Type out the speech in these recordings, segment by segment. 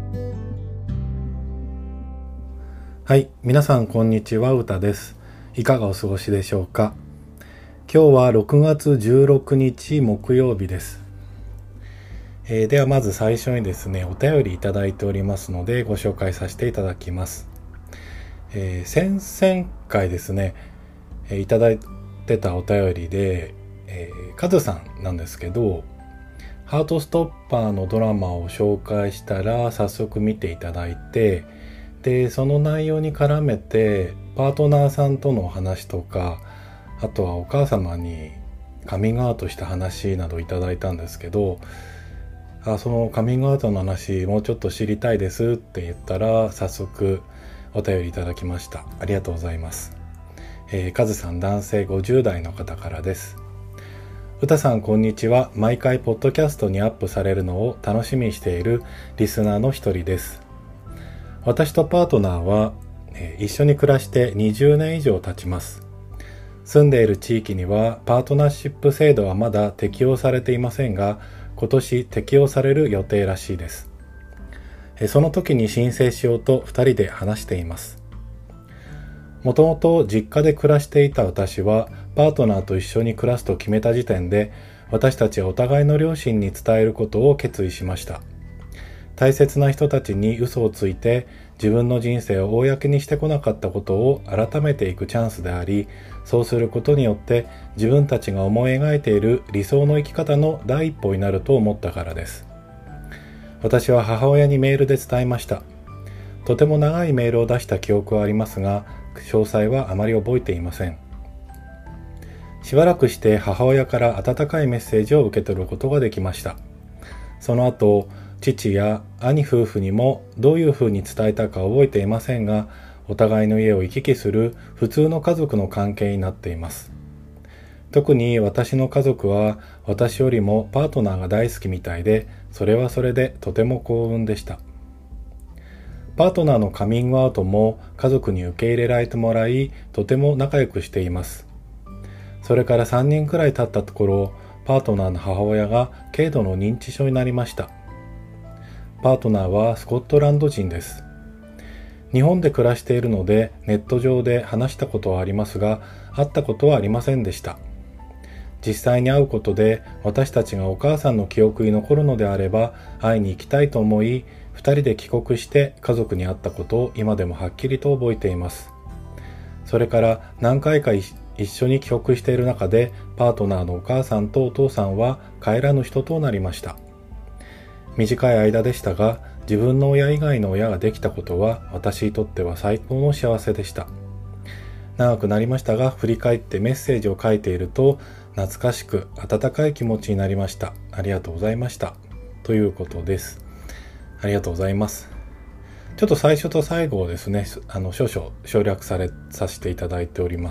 はい、皆さんこんにちは、うたです。いかがお過ごしでしょうか。今日は6月16日木曜日です。ではまず最初にですね、お便りいただいておりますのでご紹介させていただきます。先々回ですね、いただいてたお便りで、カズさんなんですけど、ハートストッパーのドラマを紹介したら早速見ていただいて、でその内容に絡めてパートナーさんとの話とか、あとはお母様にカミングアウトした話などいただいたんですけど、そのカミングアウトの話もうちょっと知りたいですって言ったら早速お便りいただきました。ありがとうございます。カズさん、男性50代の方からです。うたさん、こんにちは。毎回ポッドキャストにアップされるのを楽しみにしているリスナーの一人です。私とパートナーは、一緒に暮らして20年以上経ちます。住んでいる地域にはパートナーシップ制度はまだ適用されていませんが、今年適用される予定らしいです。その時に申請しようと2人で話しています。もともと実家で暮らしていた私は、パートナーと一緒に暮らすと決めた時点で、私たちはお互いの両親に伝えることを決意しました。大切な人たちに嘘をついて自分の人生を公にしてこなかったことを改めていくチャンスであり、そうすることによって自分たちが思い描いている理想の生き方の第一歩になると思ったからです。私は母親にメールで伝えました。とても長いメールを出した記憶はありますが、詳細はあまり覚えていません。しばらくして母親から温かいメッセージを受け取ることができました。その後、父や兄夫婦にもどういうふうに伝えたか覚えていませんが、お互いの家を行き来する普通の家族の関係になっています。特に私の家族は私よりもパートナーが大好きみたいで、それはそれでとても幸運でした。パートナーのカミングアウトも家族に受け入れられてもらい、とても仲良くしています。それから3年くらい経ったところ、パートナーの母親が軽度の認知症になりました。パートナーはスコットランド人です。日本で暮らしているのでネット上で話したことはありますが、会ったことはありませんでした。実際に会うことで私たちがお母さんの記憶に残るのであれば会いに行きたいと思い、二人で帰国して家族に会ったことを今でもはっきりと覚えています。それから何回か一緒に帰国している中で、パートナーのお母さんとお父さんは帰らぬ人となりました。短い間でしたが、自分の親以外の親ができたことは私にとっては最高の幸せでした。長くなりましたが、振り返ってメッセージを書いていると懐かしく温かい気持ちになりました。ありがとうございました。ということです。ありがとうございます。ちょっと最初と最後をですね、少々省略させていただいております。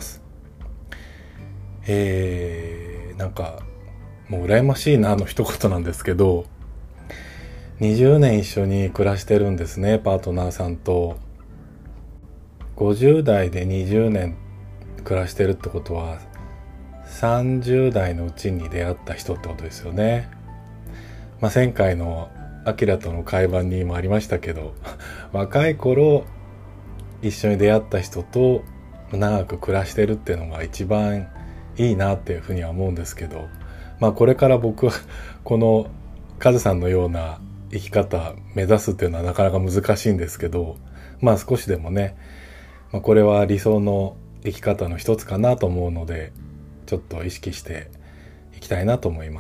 なんかもう羨ましいなの一言なんですけど、20年一緒に暮らしてるんですね、パートナーさんと。50代で20年暮らしてるってことは、30代のうちに出会った人ってことですよね。前回のアキラとの会話にもありましたけど、若い頃一緒に出会った人と長く暮らしてるっていうのが一番いいなっていうふうには思うんですけど、これから僕はこのカズさんのような生き方目指すっていうのはなかなか難しいんですけど、少しでもね、これは理想の生き方の一つかなと思うので、ちょっと意識していきたいなと思います。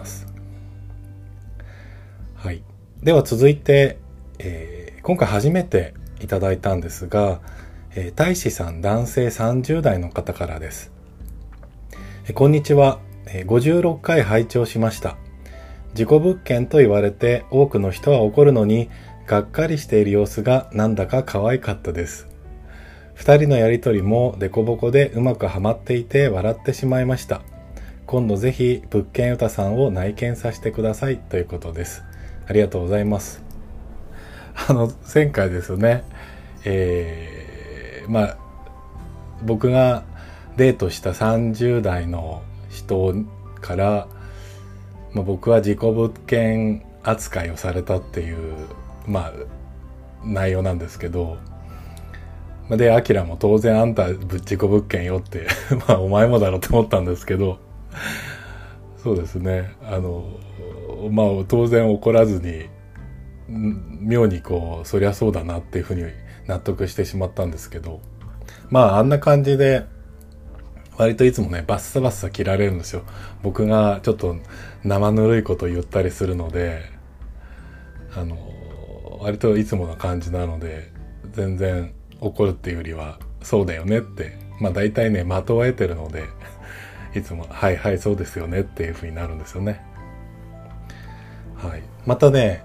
はい。では続いて、今回初めていただいたんですが、大志さん、男性30代の方からです。こんにちは。56回拝聴しました。事故物件と言われて多くの人は怒るのに、がっかりしている様子がなんだか可愛かったです。二人のやりとりもデコボコでうまくはまっていて笑ってしまいました。今度ぜひ物件歌さんを内見させてくださいということです。ありがとうございます。前回ですね、僕がデートした30代の人から、僕は事故物件扱いをされたっていう、 内容なんですけど、で、アキラも当然あんた事故物件よってまあお前もだろうと思ったんですけど、そうですね、まあ当然怒らずに、妙にこうそりゃそうだなっていうふうに納得してしまったんですけど、まああんな感じで割といつもねバッサバッサ切られるんですよ。僕がちょっと生ぬるいことを言ったりするので、割といつもの感じなので、全然怒るっていうよりはそうだよねって、まあ大体ね的を得てるのでいつもはいはいそうですよねっていう風になるんですよね。はい。またね、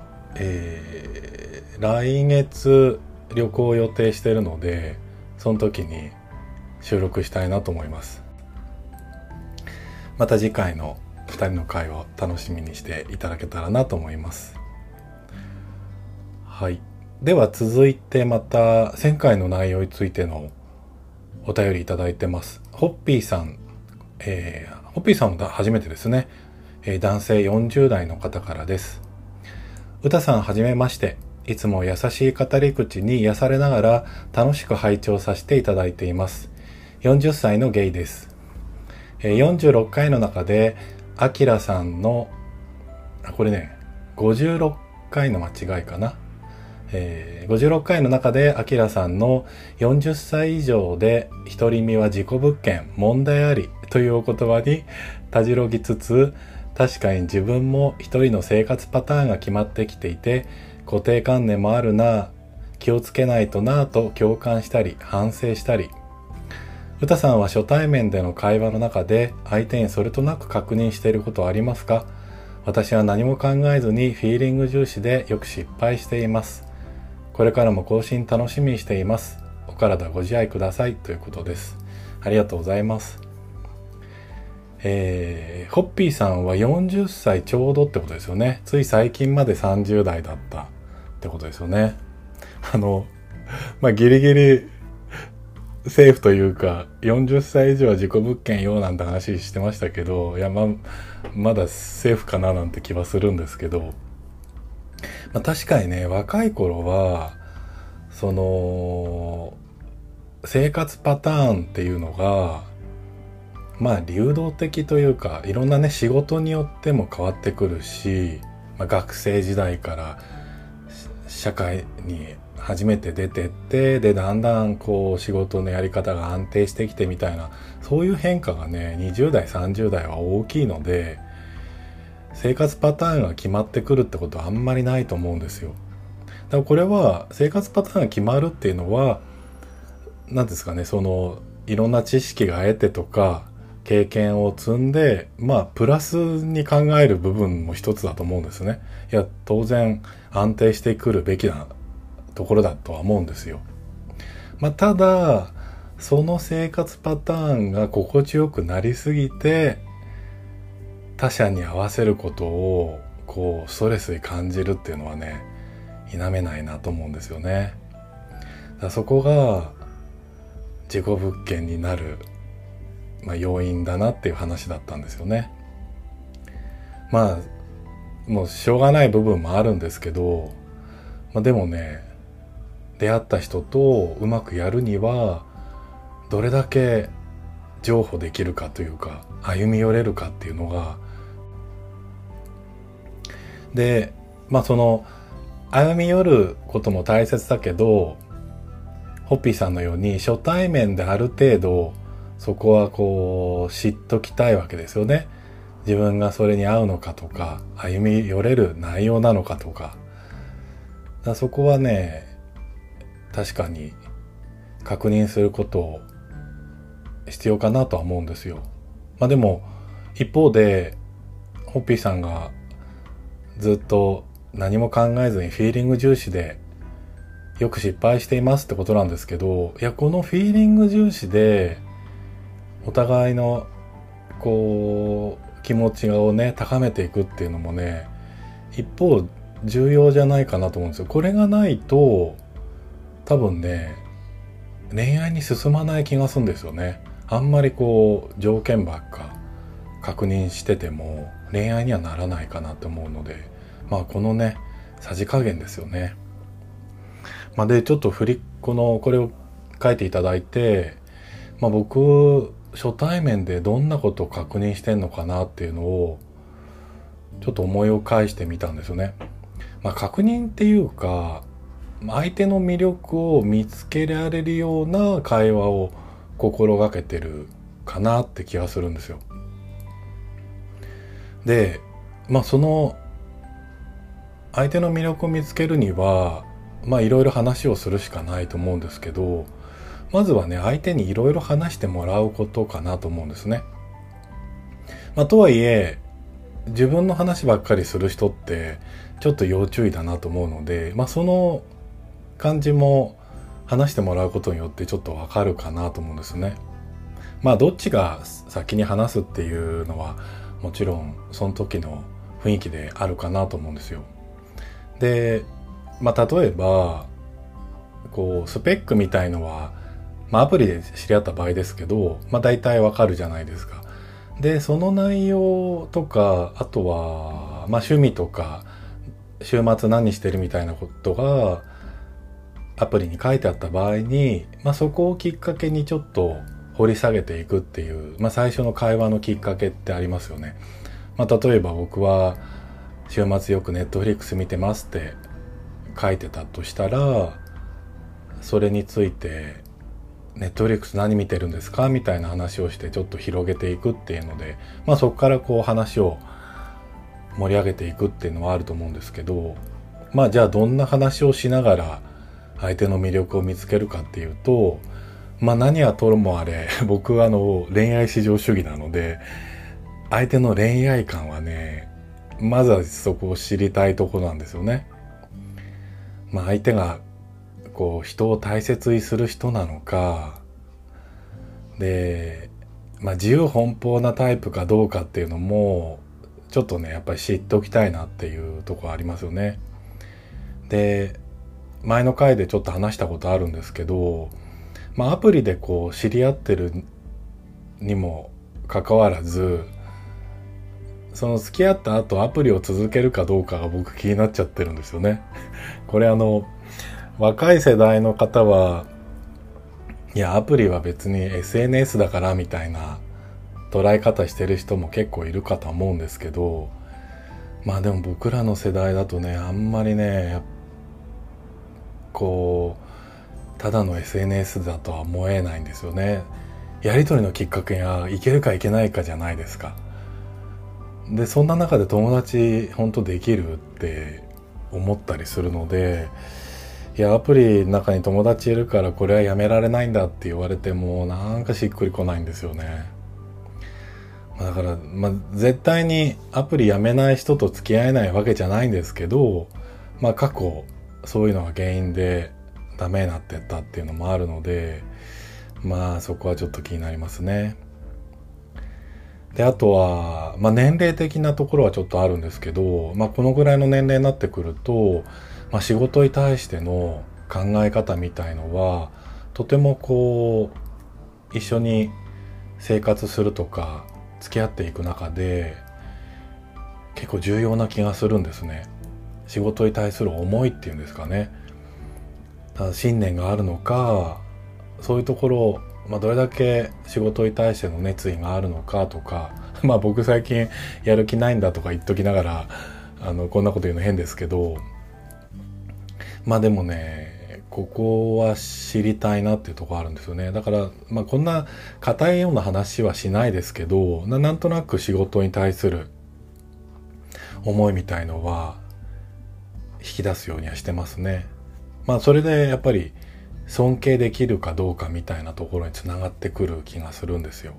来月旅行を予定しているので、その時に収録したいなと思います。また次回の2人の会を楽しみにしていただけたらなと思います。はい。では続いてまた前回の内容についてのお便りいただいてます。ホッピーさん、ホッピーさんも初めてですね。男性40代の方からです。歌さんはじめまして。いつも優しい語り口に癒されながら楽しく拝聴させていただいています。40歳のゲイです。46回の中で、アキラさんの、これね、56回の間違いかな。56回の中で、アキラさんの40歳以上で独り身は自己物件、問題ありというお言葉にたじろぎつつ、確かに自分も一人の生活パターンが決まってきていて、固定観念もあるな、気をつけないとなぁと共感したり、反省したり。歌さんは初対面での会話の中で相手にそれとなく確認していることはありますか？私は何も考えずにフィーリング重視でよく失敗しています。これからも更新楽しみにしています。お体ご自愛くださいということです。ありがとうございます。ホッピーさんは40歳ちょうどってことですよね。つい最近まで30代だったってことですよね。まあ、ギリギリセーフというか、40歳以上は自己物件よなんて話してましたけど、いや、まだセーフかななんて気はするんですけど、まあ、確かにね、若い頃は、生活パターンっていうのが、まあ流動的というか、いろんなね仕事によっても変わってくるし、まあ、学生時代から社会に初めて出てって、でだんだんこう仕事のやり方が安定してきてみたいな、そういう変化がね20代30代は大きいので、生活パターンが決まってくるってことはあんまりないと思うんですよ。だからこれは生活パターンが決まるっていうのは何ですかね、いろんな知識が得てとか経験を積んで、まあプラスに考える部分も一つだと思うんですね。いや当然安定してくるべきなところだとは思うんですよ。まあただその生活パターンが心地よくなりすぎて他者に合わせることをこうストレスに感じるっていうのはね、否めないなと思うんですよね。だからそこが自己物件になる、まあ、要因だなっていう話だったんですよね。まあもうしょうがない部分もあるんですけど、まあ、でもね、出会った人とうまくやるにはどれだけ譲歩できるかというか歩み寄れるかっていうのが、でまあ歩み寄ることも大切だけど、ホッピーさんのように初対面である程度そこはこう知っときたいわけですよね。自分がそれに合うのかとか、歩み寄れる内容なのかとか、そこはね確かに確認することを必要かなとは思うんですよ。まあでも一方でホッピーさんがずっと何も考えずにフィーリング重視でよく失敗していますってことなんですけど、いやこのフィーリング重視でお互いのこう気持ちをね高めていくっていうのもね、一方重要じゃないかなと思うんですよ。これがないと多分ね恋愛に進まない気がするんですよね。あんまりこう条件ばっか確認してても恋愛にはならないかなと思うので、まあこのねさじ加減ですよね。 でちょっとこれを書いていただいて、僕初対面でどんなことを確認してんのかなっていうのをちょっと思いを返してみたんですよね。確認っていうか、相手の魅力を見つけられるような会話を心がけてるかなって気がするんですよ。で、その相手の魅力を見つけるにはいろいろ話をするしかないと思うんですけど、まずはね、相手にいろいろ話してもらうことかなと思うんですね。とはいえ、自分の話ばっかりする人ってちょっと要注意だなと思うので、その感じも話してもらうことによってちょっとわかるかなと思うんですね。どっちが先に話すっていうのはもちろんその時の雰囲気であるかなと思うんですよ。で、例えばスペックみたいのは、アプリで知り合った場合ですけど、大体わかるじゃないですか。で、その内容とか、あとは趣味とか週末何してるみたいなことがアプリに書いてあった場合に、そこをきっかけにちょっと掘り下げていくっていう、最初の会話のきっかけってありますよね。例えば僕は週末よくネットフリックス見てますって書いてたとしたら、それについてネットフリックス何見てるんですかみたいな話をしてちょっと広げていくっていうので、そこから話を盛り上げていくっていうのはあると思うんですけど、じゃあどんな話をしながら相手の魅力を見つけるかっていうと、何はともあれ僕は恋愛至上主義なので、相手の恋愛観はね、まずはそこを知りたいところなんですよね。相手が人を大切にする人なのかで、自由奔放なタイプかどうかっていうのもちょっとね、やっぱり知っておきたいなっていうところありますよね。で、前の回でちょっと話したことあるんですけど、アプリで知り合ってるにもかかわらず、その付き合った後アプリを続けるかどうかが僕気になっちゃってるんですよね。これ若い世代の方は、いやアプリは別に SNS だからみたいな捉え方してる人も結構いるかと思うんですけど、でも僕らの世代だとね、あんまりね、ただの SNS だとは思えないんですよね。やりとりのきっかけがいけるかいけないかじゃないですか。で、そんな中で友達本当できるって思ったりするので、いやアプリの中に友達いるからこれはやめられないんだって言われてもなんかしっくりこないんですよね。だから絶対にアプリやめない人と付き合えないわけじゃないんですけど、過去そういうのが原因でダメになってったっていうのもあるので、そこはちょっと気になりますね。で、あとは、年齢的なところはちょっとあるんですけど、このぐらいの年齢になってくると、仕事に対しての考え方みたいのは、とても一緒に生活するとか、付き合っていく中で、結構重要な気がするんですね。仕事に対する思いっていうんですかね。ただ信念があるのか、そういうところ、どれだけ仕事に対しての熱意があるのかとか、僕最近やる気ないんだとか言っときながらこんなこと言うの変ですけど、でもね、ここは知りたいなっていうところあるんですよね。だからこんな固いような話はしないですけど、なんとなく仕事に対する思いみたいのは引き出すようにはしてますね。それでやっぱり尊敬できるかどうかみたいなところにつながってくる気がするんですよ。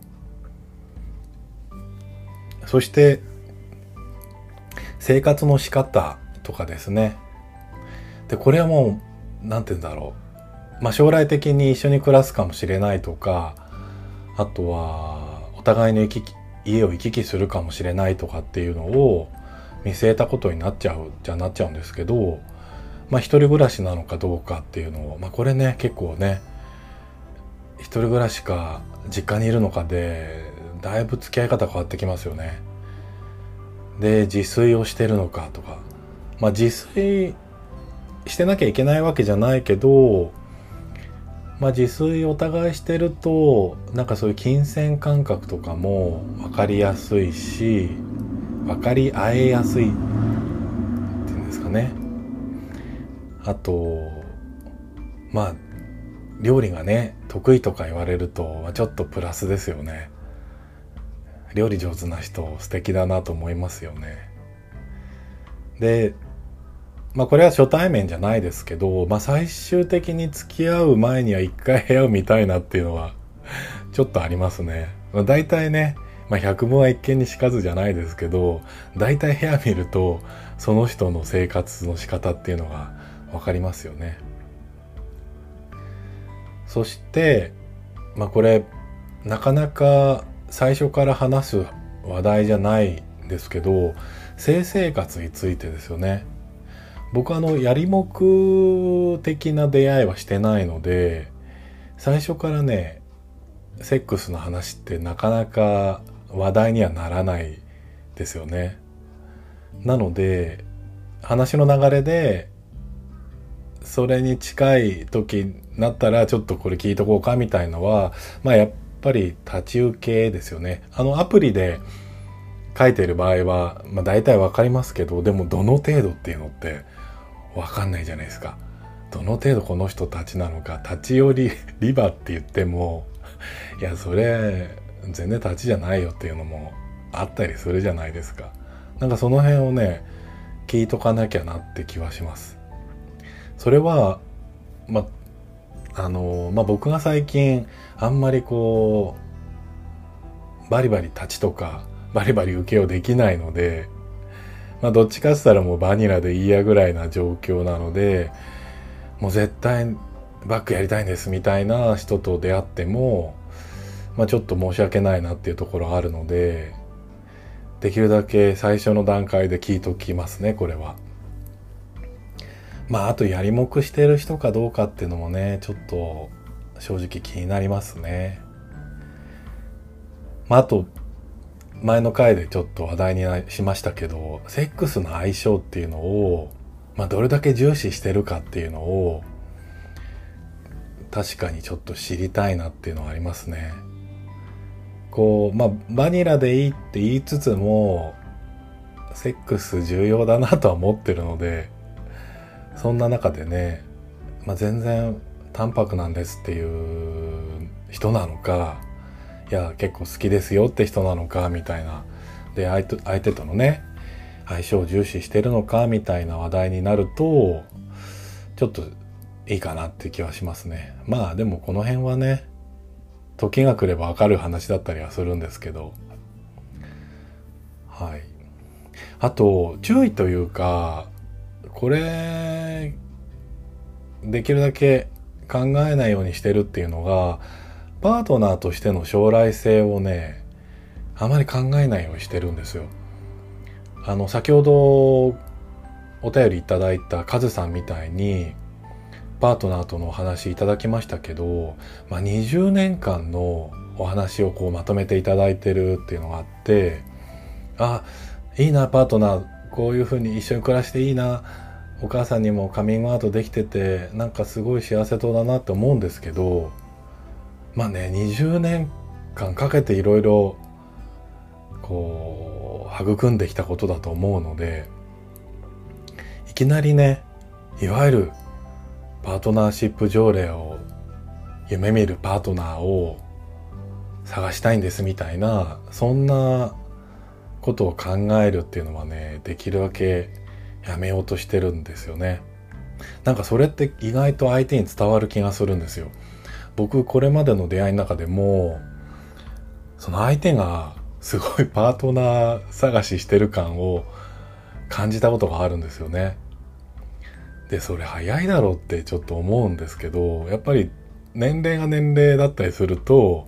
そして生活の仕方とかですね。で、これはもうなんて言うんだろう、将来的に一緒に暮らすかもしれないとか、あとはお互いの家を行き来するかもしれないとかっていうのを見据えたことになっちゃうんですけど、一人暮らしなのかどうかっていうのを、これね、結構ね、一人暮らしか実家にいるのかでだいぶ付き合い方変わってきますよね。で、自炊をしてるのかとか、自炊してなきゃいけないわけじゃないけど、自炊お互いしてるとなんかそういう金銭感覚とかも分かりやすいし、分かり合えやすいっていうんですかね。あと料理がね得意とか言われるとちょっとプラスですよね。料理上手な人素敵だなと思いますよね。でこれは初対面じゃないですけど、最終的に付き合う前には一回部屋を見たいなっていうのはちょっとありますね。大体ね、百聞は一見にしかずじゃないですけど、大体部屋見るとその人の生活の仕方っていうのがわかりますよね。そしてこれなかなか最初から話す話題じゃないんですけど、性生活についてですよね。僕やりもく的な出会いはしてないので、最初からねセックスの話ってなかなか話題にはならないですよね。なので話の流れでそれに近い時になったらちょっとこれ聞いとこうかみたいのはやっぱり立ち受けですよね。アプリで書いてる場合は大体わかりますけど、でもどの程度っていうのってわかんないじゃないですか。どの程度この人たちなのか、立ち寄りリバって言ってもいやそれ全然立ちじゃないよっていうのもあったりするじゃないですか。なんかその辺をね聞いとかなきゃなって気はします。それは僕が最近あんまりバリバリ立ちとかバリバリ受けをできないので、どっちかって言ったらもうバニラでいいやぐらいな状況なので、もう絶対バックやりたいんですみたいな人と出会ってもちょっと申し訳ないなっていうところあるので、できるだけ最初の段階で聞いときますね、これは。あとやりもくしてる人かどうかっていうのもねちょっと正直気になりますね。あと前の回でちょっと話題にしましたけど、セックスの相性っていうのをどれだけ重視してるかっていうのを確かにちょっと知りたいなっていうのはありますね。バニラでいいって言いつつもセックス重要だなとは思ってるので、そんな中でね、全然淡白なんですっていう人なのか、いや結構好きですよって人なのかみたいな、で相手とのね相性を重視してるのかみたいな話題になるとちょっといいかなって気はしますね。でもこの辺はね時が来れば分かる話だったりはするんですけど、はい。あと注意というか、これできるだけ考えないようにしてるっていうのが、パートナーとしての将来性をねあまり考えないようにしてるんですよ。先ほどお便りいただいたカズさんみたいにパートナーとのお話いただきましたけど、20年間のお話をまとめていただいてるっていうのがあって、いいなパートナーこういう風に一緒に暮らしていいな、お母さんにもカミングアウトできててなんかすごい幸せそうだなって思うんですけど、20年間かけていろいろ育んできたことだと思うので、いきなりねいわゆるパートナーシップ条例を夢見るパートナーを探したいんですみたいな、そんなことを考えるっていうのはねできるだけやめようとしてるんですよね。なんかそれって意外と相手に伝わる気がするんですよ。僕これまでの出会いの中でもその相手がすごいパートナー探ししてる感を感じたことがあるんですよね。でそれ早いだろうってちょっと思うんですけど、やっぱり年齢が年齢だったりすると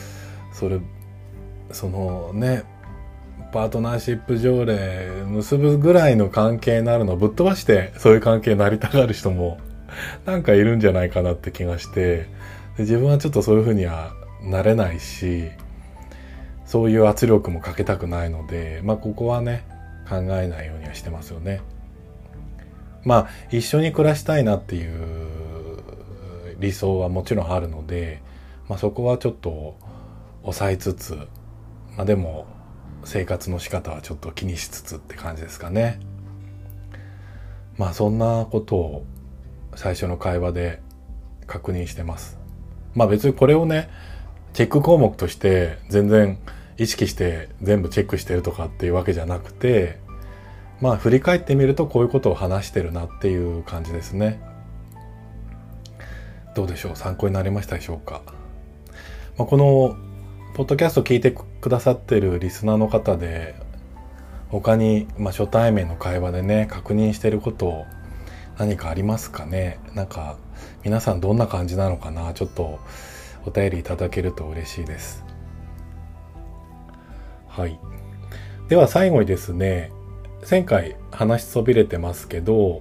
そのねパートナーシップ条例結ぶぐらいの関係になるのをぶっ飛ばしてそういう関係になりたがる人もなんかいるんじゃないかなって気がして、で自分はちょっとそういう風にはなれないし、そういう圧力もかけたくないので、ここはね考えないようにはしてますよね。 まあ一緒に暮らしたいなっていう理想はもちろんあるので、まあ、そこはちょっと抑えつつ、まあ、でも生活の仕方はちょっと気にしつつって感じですかね。まあそんなことを最初の会話で確認してます。まあ別にこれをね、チェック項目として全然意識して全部チェックしてるとかっていうわけじゃなくて、まあ振り返ってみるとこういうことを話してるなっていう感じですね。どうでしょう、参考になりましたでしょうか。まあ、このポッドキャスト聞いてくださってるリスナーの方で他に、初対面の会話でね確認してること何かありますかね。なんか皆さんどんな感じなのかな、ちょっとお便りいただけると嬉しいです。はい、では最後にですね、前回話しそびれてますけど、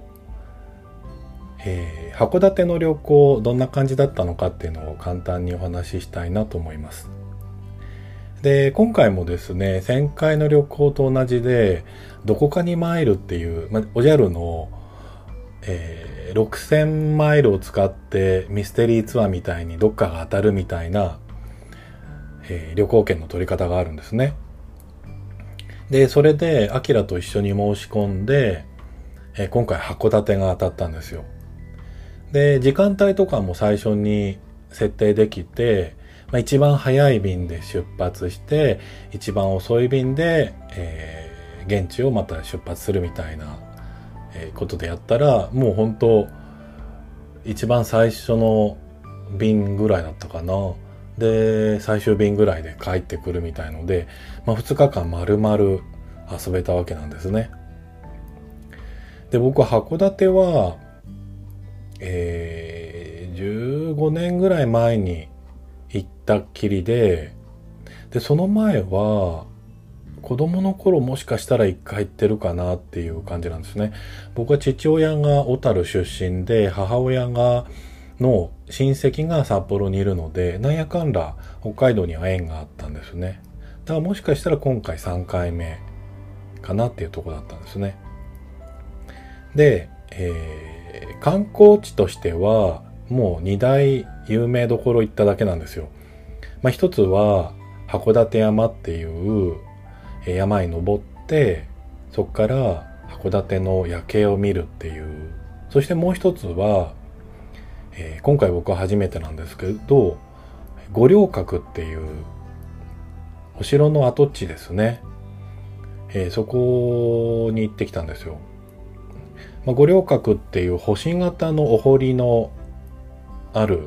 函館の旅行どんな感じだったのかっていうのを簡単にお話ししたいなと思います。で、今回もですね、前回の旅行と同じでどこかにマイルっていう、おじゃるの、6000マイルを使ってミステリーツアーみたいにどっかが当たるみたいな、旅行券の取り方があるんですね。で、それでアキラと一緒に申し込んで、今回函館が当たったんですよ。で、時間帯とかも最初に設定できて、一番早い便で出発して、一番遅い便で、現地をまた出発するみたいな、ことでやったら、もう本当一番最初の便ぐらいだったかな。で、最終便ぐらいで帰ってくるみたいので、2日間丸々遊べたわけなんですね。で、僕は函館は、15年ぐらい前に行ったっきりで、その前は子供の頃もしかしたら一回行ってるかなっていう感じなんですね。僕は父親が小樽出身で、母親の親戚が札幌にいるので、なんやかんだ北海道には縁があったんですね。だからもしかしたら今回3回目かなっていうところだったんですね。で、観光地としてはもう2大有名どころ行っただけなんですよ。一つは函館山っていう山に登って、そこから函館の夜景を見るっていう。そしてもう一つは、今回僕は初めてなんですけど、五稜郭っていうお城の跡地ですね。そこに行ってきたんですよ。五稜郭っていう星型のお堀のある、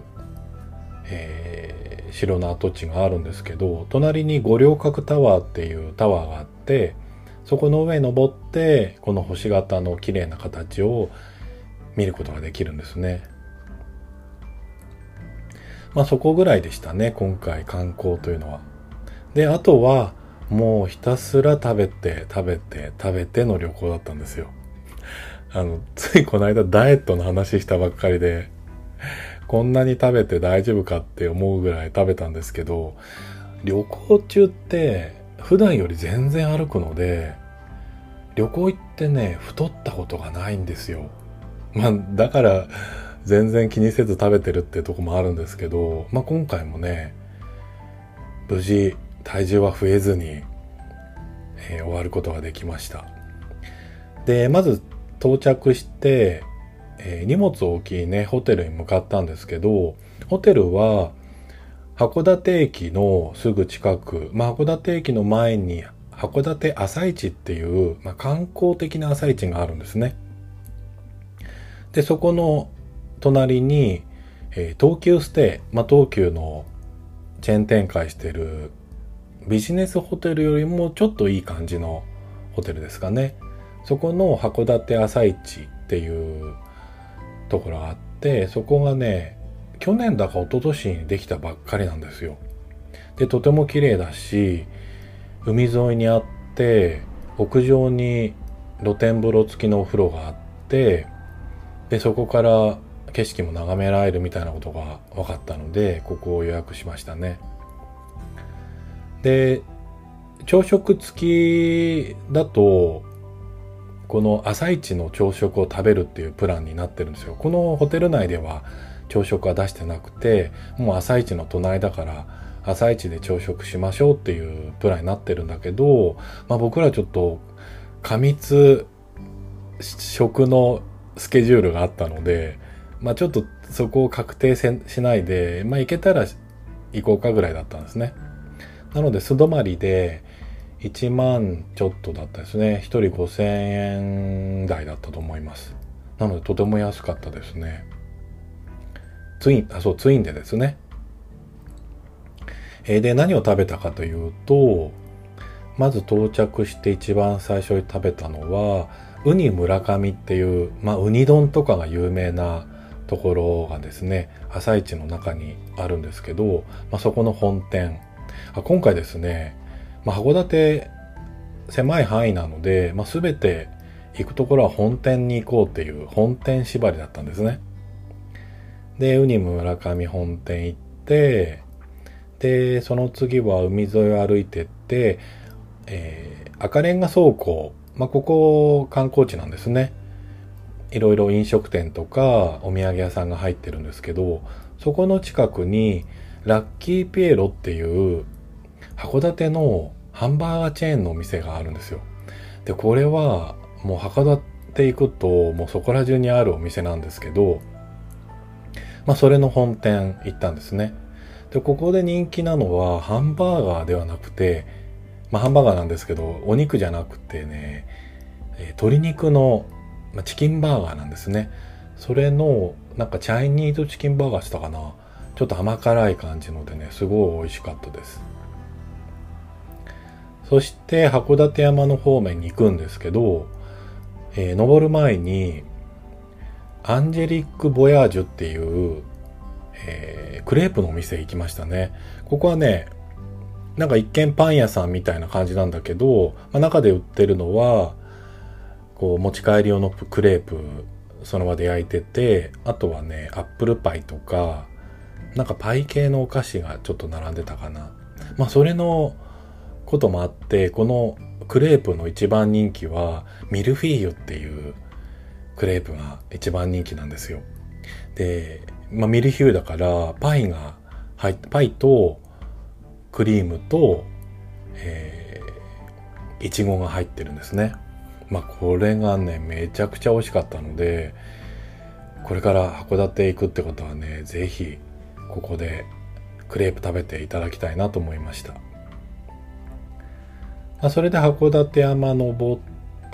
城の跡地があるんですけど、隣に五稜郭タワーっていうタワーがあって、そこの上に登ってこの星型の綺麗な形を見ることができるんですね。そこぐらいでしたね、今回観光というのは。で、あとはもうひたすら食べての旅行だったんですよ。ついこの間ダイエットの話したばっかりで、こんなに食べて大丈夫かって思うぐらい食べたんですけど、旅行中って普段より全然歩くので、旅行行ってね、太ったことがないんですよ。だから全然気にせず食べてるってとこもあるんですけど、今回もね、無事体重は増えずに、終わることができました。で、まず到着して、荷物を置きね、ホテルに向かったんですけど、ホテルは函館駅のすぐ近く、函館駅の前に函館朝市っていう、観光的な朝市があるんですね。で、そこの隣に、東急ステイ、東急のチェーン展開してるビジネスホテルよりもちょっといい感じのホテルですかね。そこの函館朝市っていうところがあって、そこがね、去年だか一昨年にできたばっかりなんですよ。で、とても綺麗だし、海沿いにあって、屋上に露天風呂付きのお風呂があって、で、そこから景色も眺められるみたいなことが分かったので、ここを予約しましたね。で、朝食付きだとこの朝一の朝食を食べるっていうプランになってるんですよ。このホテル内では朝食は出してなくて、もう朝一の隣だから朝一で朝食しましょうっていうプランになってるんだけど、僕らちょっと過密食のスケジュールがあったので、ちょっとそこを確定しないで、行けたら行こうかぐらいだったんですね。なので素泊まりで1万ちょっとだったですね。1人5000円台だったと思います。なのでとても安かったですね。ツインでですね。で、何を食べたかというと、まず到着して一番最初に食べたのは、ウニ村上っていう、ウニ丼とかが有名なところがですね、朝市の中にあるんですけど、そこの本店。今回ですね、函館狭い範囲なので、全て行くところは本店に行こうっていう本店縛りだったんですね。で、ウニ村上本店行って、で、その次は海沿いを歩いてって、赤レンガ倉庫、ここ観光地なんですね。いろいろ飲食店とかお土産屋さんが入ってるんですけど、そこの近くにラッキーピエロっていう函館のハンバーガーチェーンのお店があるんですよ。で、これはもう函館行くともうそこら中にあるお店なんですけど、それの本店行ったんですね。で、ここで人気なのはハンバーガーではなくて、ハンバーガーなんですけど、お肉じゃなくてね、鶏肉のチキンバーガーなんですね。それの、チャイニーズチキンバーガーしたかな。ちょっと甘辛い感じのでね、すごい美味しかったです。そして函館山の方面に行くんですけど、登る前に、アンジェリック・ボヤージュっていう、クレープのお店行きましたね。ここはね、一見パン屋さんみたいな感じなんだけど、中で売ってるのは、持ち帰り用のクレープ、その場で焼いてて、あとはね、アップルパイとか、パイ系のお菓子がちょっと並んでたかな。それのこともあって、このクレープの一番人気は、ミルフィーユっていうクレープが一番人気なんですよ。で、ミルフィーユだから、パイとクリームと、いちごが入ってるんですね。これがね、めちゃくちゃ美味しかったので、これから函館行くってことはね、ぜひ、ここでクレープ食べていただきたいなと思いました。それで函館山登って、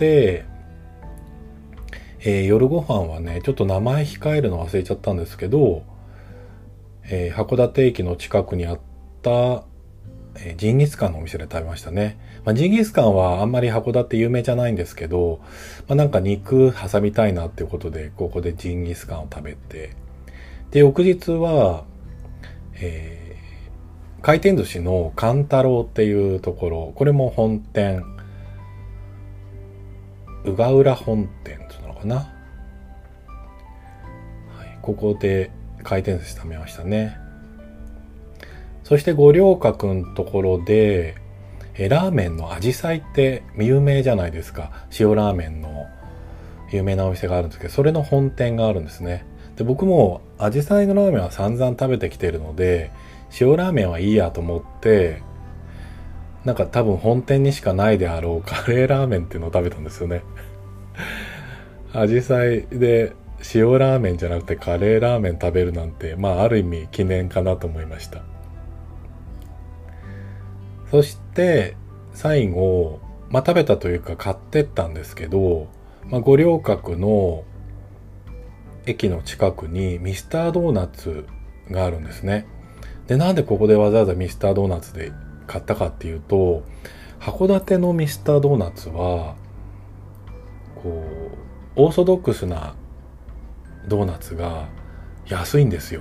夜ご飯はね、ちょっと名前控えるの忘れちゃったんですけど、函館駅の近くにあった、ジンギスカンのお店で食べましたね。ジンギスカンはあんまり函館有名じゃないんですけど、肉挟みたいなっていうことで、ここでジンギスカンを食べて、で、翌日は、回転寿司のカンタロウっていうところ、これも本店、宇賀浦本店っていうのかな。はい、ここで回転寿司食べましたね。そして五稜郭のところで、ラーメンのアジサイって有名じゃないですか。塩ラーメンの有名なお店があるんですけど、それの本店があるんですね。で、僕もアジサイのラーメンは散々食べてきてるので、塩ラーメンはいいやと思って、多分本店にしかないであろうカレーラーメンっていうのを食べたんですよね。アジサイで塩ラーメンじゃなくてカレーラーメン食べるなんて、ある意味記念かなと思いました。そして最後、食べたというか買ってったんですけど、五稜郭の駅の近くにミスタードーナツがあるんですね。で、なんでここでわざわざミスタードーナツで買ったかっていうと、函館のミスタードーナツは、オーソドックスなドーナツが安いんですよ。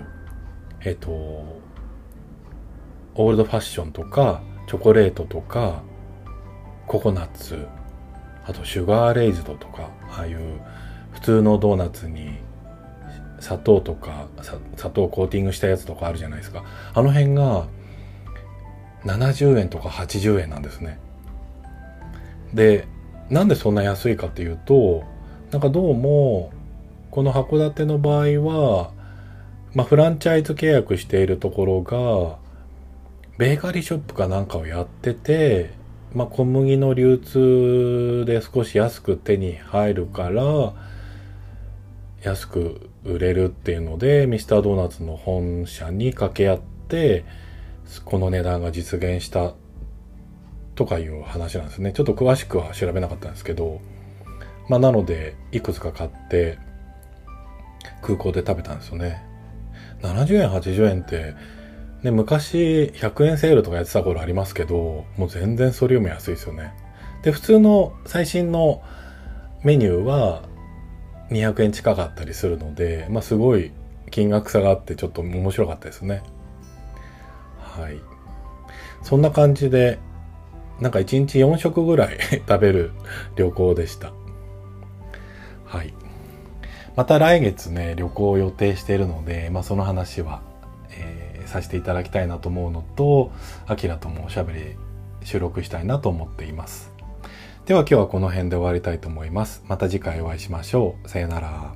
オールドファッションとか、チョコレートとか、ココナッツ、あとシュガーレイズドとか、ああいう普通のドーナツに砂糖とか、砂糖をコーティングしたやつとかあるじゃないですか。あの辺が70円とか80円なんですね。で、 なんでそんな安いかっていうと、なんかどうもこの函館の場合は、フランチャイズ契約しているところがベーカリーショップかなんかをやってて、小麦の流通で少し安く手に入るから安く売れるっていうので、ミスタードーナツの本社に掛け合ってこの値段が実現したとかいう話なんですね。ちょっと詳しくは調べなかったんですけど、なのでいくつか買って空港で食べたんですよね。70円80円ってね、昔100円セールとかやってた頃ありますけど、もう全然それよりも安いですよね。で、普通の最新のメニューは200円近かったりするので、すごい金額差があってちょっと面白かったですね。はい。そんな感じで、なんか1日4食ぐらい食べる旅行でした。はい。また来月ね、旅行を予定しているので、その話は、させていただきたいなと思うのと、アキラともおしゃべり収録したいなと思っています。では今日はこの辺で終わりたいと思います。また次回お会いしましょう。さよなら。